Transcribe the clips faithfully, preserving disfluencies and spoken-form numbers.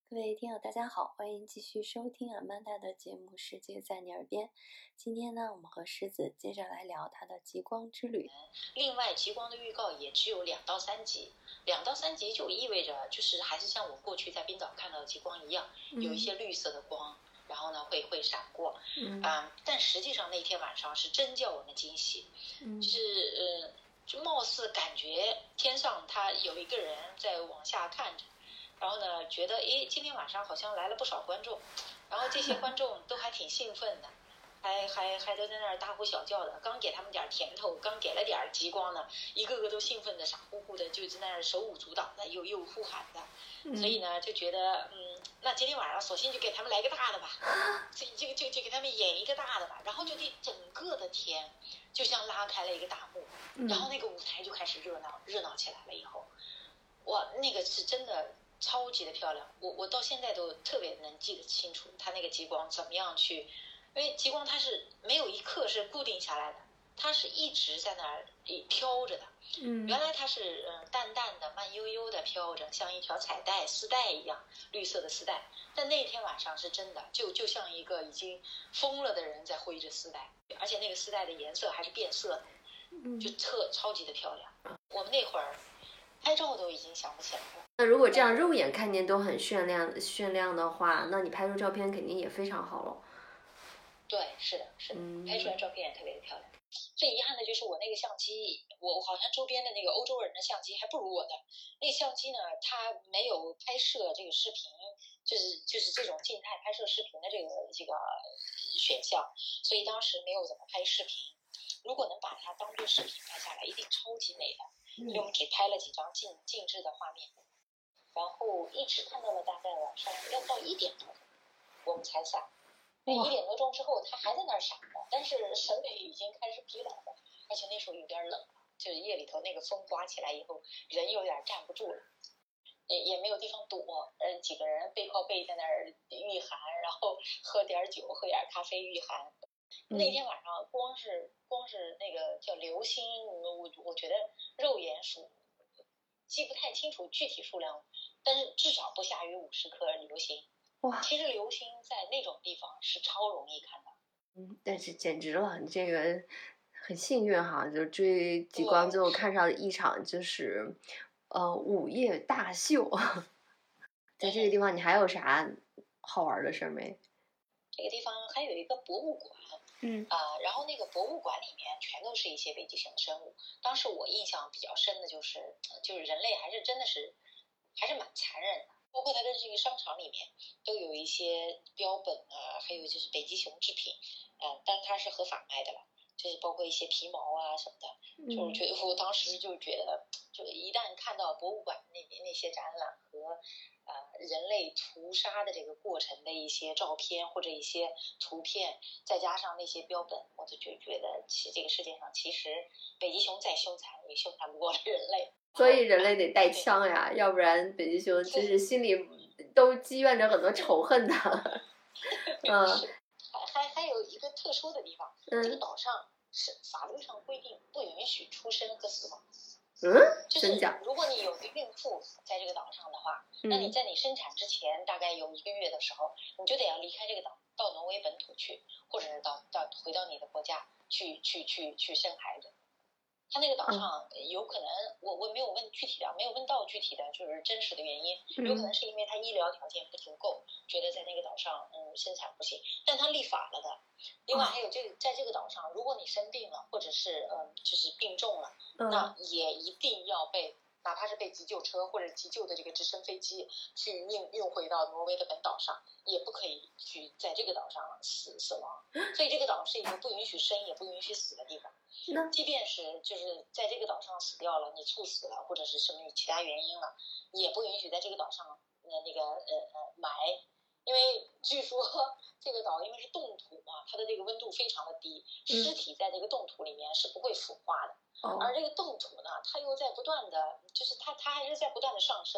各位听友，大家好，欢迎继续收听阿曼达的节目《世界在你耳边》。今天呢，我们和狮子接着来聊他的极光之旅。 另外，极光的预告也只有两到三集，两到三集就意味着就是还是像我过去在冰岛看到的极光一样，有一些绿色的光，然后呢会会闪过， 嗯、 呃，但实际上那天晚上是真叫我们惊喜， 嗯、 就是呃，就貌似感觉天上他有一个人在往下看着。然后呢，觉得诶，今天晚上好像来了不少观众，然后这些观众都还挺兴奋的，还还还都在那儿大呼小叫的。刚给他们点甜头，刚给了点极光呢，一个个都兴奋的傻乎乎的，就在那儿手舞足蹈的，又又呼喊的。 嗯、 所以呢，就觉得嗯，那今天晚上索性就给他们来个大的吧，所以就就就给他们演一个大的吧，然后就给整个的天就像拉开了一个大幕，然后那个舞台就开始热闹热闹起来了。以后，哇，那个是真的。超级的漂亮，我我到现在都特别能记得清楚，它那个极光怎么样去，因为极光它是没有一刻是固定下来的，它是一直在那儿飘着的。 嗯， 原来它是嗯淡淡的、慢悠悠的飘着，像一条彩带、丝带一样，绿色的丝带。但那天晚上是真的，就就像一个已经疯了的人在挥着丝带，而且那个丝带的颜色还是变色的，就特超级的漂亮。我们那会儿拍照都已经想不起来了。 那如果这样肉眼看见都很炫亮炫亮的话，那你拍出照片肯定也非常好了。 对，是的，是的， 嗯、 拍出来照片也特别的漂亮。最遗憾的就是我那个相机，我好像周边的那个欧洲人的相机还不如我的。那个相机呢，它没有拍摄这个视频，就是就是这种静态拍摄视频的这个这个选项，所以当时没有怎么拍视频。如果能把它当做视频拍下来，一定超级美的。所以我们只拍了几张静静置的画面。然后一直看到了大概晚上要到一点多，我们才散。那一点多钟之后，它还在那儿闪着，但是审美已经开始疲劳了，而且那时候有点冷了，就是夜里头那个风刮起来以后，人有点站不住了，也也没有地方躲，呃，几个人背靠背在那儿御寒，然后喝点酒，喝点咖啡御寒。 嗯、 那天晚上光是光是那个叫流星，我我觉得肉眼数。记不太清楚具体数量，但是至少不下于五十颗流星。 哇， 其实流星在那种地方是超容易看到。 嗯，但是简直了，你这个很幸运哈，就追极光最后看上一场就是呃午夜大秀。在这个地方你还有啥好玩的事没？ 这个地方还有一个博物馆。 嗯啊、呃，然后那个博物馆里面全都是一些北极熊的生物。当时我印象比较深的就是，就是人类还是真的是还是蛮残忍的。包括它的这个商场里面都有一些标本啊，还有就是北极熊制品，呃，但它是合法卖的了，就是包括一些皮毛啊什么的。就是觉得我当时就觉得，就一旦看到博物馆那那些展览和。呃，人类屠杀的这个过程的一些照片或者一些图片，再加上那些标本，我就觉觉得，其这个世界上其实北极熊再凶残也凶残不过人类。 所以人类得带枪呀，要不然北极熊就是心里都积怨着很多仇恨的。 嗯，还还还有一个特殊的地方， 嗯、 这个岛上是法律上规定不允许出生和死亡。 嗯， 就是如果你有个孕妇在这个岛上的话， 嗯、 那你在你生产之前大概有一个月的时候，你就得要离开这个岛，到挪威本土去，或者是到到回到你的国家去去去去生孩子。他那个岛上有可能，嗯、我我没有问具体的，没有问到具体的就是真实的原因，有可能是因为他医疗条件不足够，觉得在那个岛上嗯生产不行，但他立法了的。另外还有这个，在这个岛上，如果你生病了，或者是嗯就是病重了， 嗯、 那也一定要被，哪怕是被急救车或者急救的这个直升飞机去运运回到挪威的本岛上，也不可以去在这个岛上死死亡。所以这个岛是一个不允许生也不允许死的地方。即便是就是在这个岛上死掉了，你猝死了或者是什么其他原因了，也不允许在这个岛上呃那个呃呃埋，因为据说这个岛因为是冻土嘛，它的这个温度非常的低，尸体在这个冻土里面是不会腐化的。 嗯、 而这个冻土呢，它又在不断的，就是它它还是在不断的上升，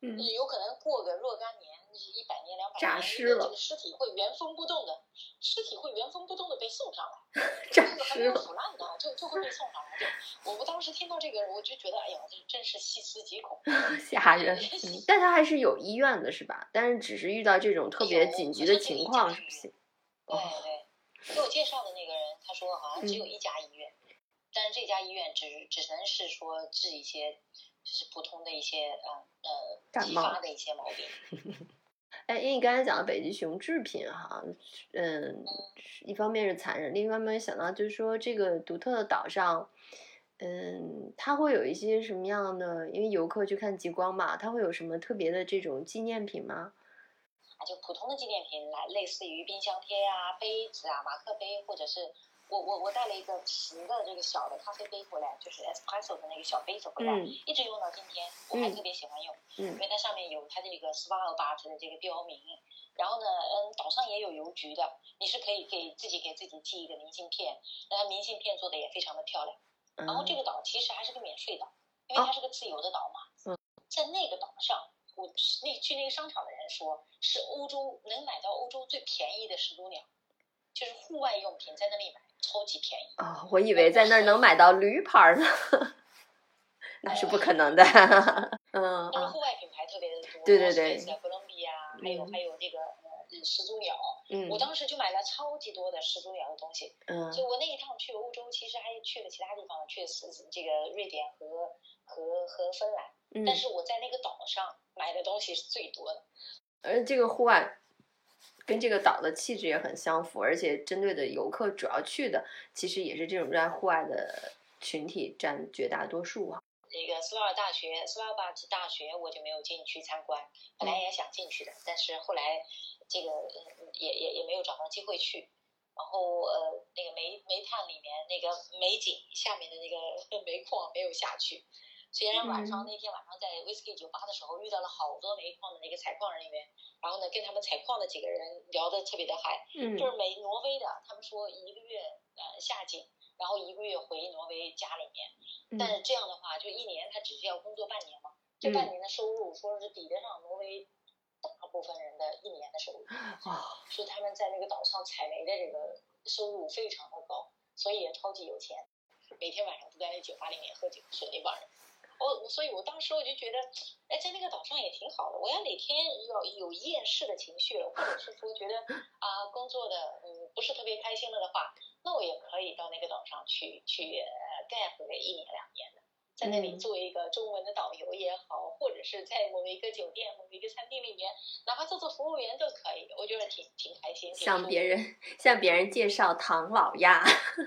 嗯， 有可能过个若干年，一百年、两百诈年， 尸了这个尸体会原封不动的，尸体会原封不动的被送上来， 诈这个还没有尸了， 腐烂呢，就就会被送上来。就我我当时听到这个，我就觉得，哎呀，这真是细思极恐， 吓人。嗯，但他还是有医院的是吧？但是只是遇到这种特别紧急的情况是不行。 对对，给我介绍的那个人他说好像只有一家医院，嗯、但是这家医院只只能是说治一些就是普通的一些呃呃激发的一些毛病。 哎，因为你刚才讲的北极熊制品哈，嗯，一方面是残忍，另一方面想到就是说这个独特的岛上，嗯，它会有一些什么样的？因为游客去看极光嘛，它会有什么特别的这种纪念品吗？ 啊，就普通的纪念品，来类似于冰箱贴啊、杯子啊、马克杯，或者是我我我带了一个瓷的这个小的咖啡杯回来，就是 espresso 的那个小杯子回来， 嗯、 一直用到今天，我还特别喜欢用， 嗯、 因为它上面有它这个 Svalbard 的这个标明，然后呢，嗯，岛上也有邮局的，你是可以给自己给自己寄一个明信片，那它明信片做的也非常的漂亮。 嗯、 然后这个岛其实还是个免税岛，因为它是个自由的岛嘛， 嗯、 在那个岛上。我那去那个商场的人说，是欧洲能买到欧洲最便宜的始祖鸟，就是户外用品在那里买超级便宜。 哦，我以为在那儿能买到驴牌呢，那是不可能的。嗯， 但是户外品牌特别的多， 对对对， 哥伦比亚，还有、嗯、还有这个呃始祖鸟， 嗯， 我当时就买了超级多的始祖鸟的东西。 嗯， 所以我那一趟去欧洲，其实还去了其他地方，去这个瑞典和和和芬兰。 嗯， 但是我在那个岛上买的东西是最多的， 而这个户外跟这个岛的气质也很相符，而且针对的游客主要去的其实也是这种热爱户外的群体占绝大多数哈。 这个斯瓦尔大学、斯瓦巴吉大学我就没有进去参观，本来也想进去的，嗯、但是后来这个也也也没有找到机会去。然后呃，那个煤煤炭里面那个煤井下面的那个煤矿没有下去。虽然晚上、嗯、那天晚上在 Whisky 酒吧的时候遇到了好多煤矿的那个采矿人员，然后呢跟他们采矿的几个人聊得特别的嗨， 嗯， 就是美挪威的，他们说一个月呃下井，然后一个月回挪威家里面， 嗯、 但是这样的话就一年他只需要工作半年嘛，这半年的收入说是抵得上挪威大部分人的一年的收入， 哇、哦， 是他们在那个岛上采煤的这个收入非常的高，所以也超级有钱，每天晚上都在那酒吧里面喝酒，是那帮人。我所以，我当时我就觉得，哎，在那个岛上也挺好的。我要哪天要有厌世的情绪了，或者是说觉得啊、呃、工作的嗯不是特别开心了的话，那我也可以到那个岛上去去呃 gap 个一年两年的，在那里做一个中文的导游也好，或者是在某一个酒店、某一个餐厅里面，哪怕做做服务员都可以。我觉得挺挺开心。 向别人向别人介绍唐老鸭。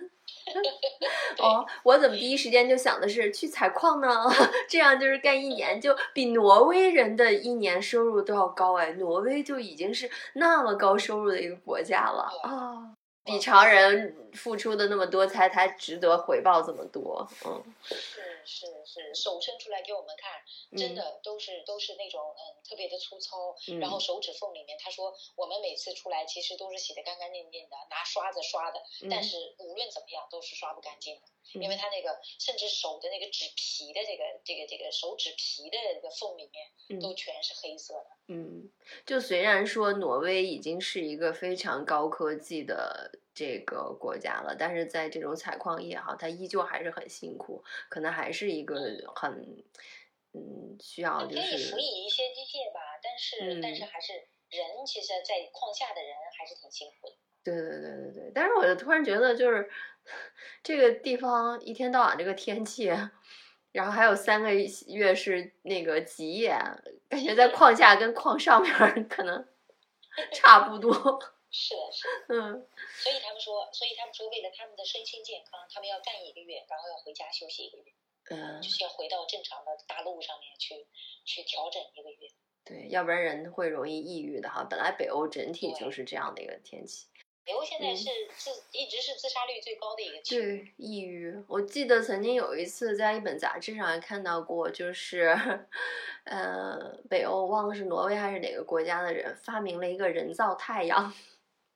哦，我怎么第一时间就想的是去采矿呢？这样就是干一年，就比挪威人的一年收入都要高哎！挪威就已经是那么高收入的一个国家了啊、哦，比常人付出的那么多才才值得回报这么多。嗯， 是是是，手伸出来给我们看，真的都是、嗯、都是那种嗯特别的粗糙， 嗯、 然后手指缝里面，他说我们每次出来其实都是洗得干干净净的，拿刷子刷的， 嗯、 但是无论怎么样都是刷不干净的。因为它那个甚至手的那个指皮的这个这个这个手指皮的这个缝里面都全是黑色的。 嗯，就虽然说挪威已经是一个非常高科技的这个国家了，但是在这种采矿业哈，它依旧还是很辛苦，可能还是一个很嗯需要就是可以辅以一些机械吧，但是、 嗯、 但是还是人，其实在矿下的人还是挺辛苦的。 对对对对对，但是我就突然觉得，就是这个地方一天到晚这个天气，然后还有三个月是那个极夜，感觉在矿下跟矿上面可能差不多。 是的，是的， 嗯。 所以他们说，所以他们说，为了他们的身心健康，他们要干一个月，然后要回家休息一个月， 嗯， 就是要回到正常的大陆上面去去调整一个月。 对，要不然人会容易抑郁的哈。本来北欧整体就是这样的一个天气。 北欧现在是自、嗯、一直是自杀率最高的一个区域。 对，抑郁。我记得曾经有一次在一本杂志上还看到过，就是呃，北欧忘了是挪威还是哪个国家的人发明了一个人造太阳，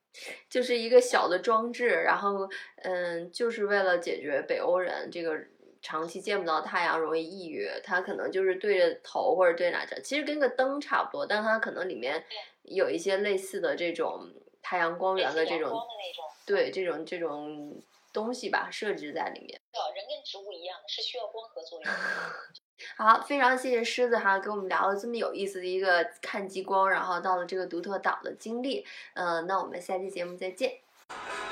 就是一个小的装置，然后嗯，就是为了解决北欧人这个长期见不到太阳容易抑郁，它可能就是对着头或者对哪着，其实跟个灯差不多，但它可能里面有一些类似的这种太阳光源的这种， 的那种对这种这种东西吧，设置在里面。 人跟植物一样的，是需要光合作用。 好，非常谢谢狮子哈，跟我们聊了这么有意思的一个看极光，然后到了这个独特岛的经历。嗯、呃，那我们下期节目再见。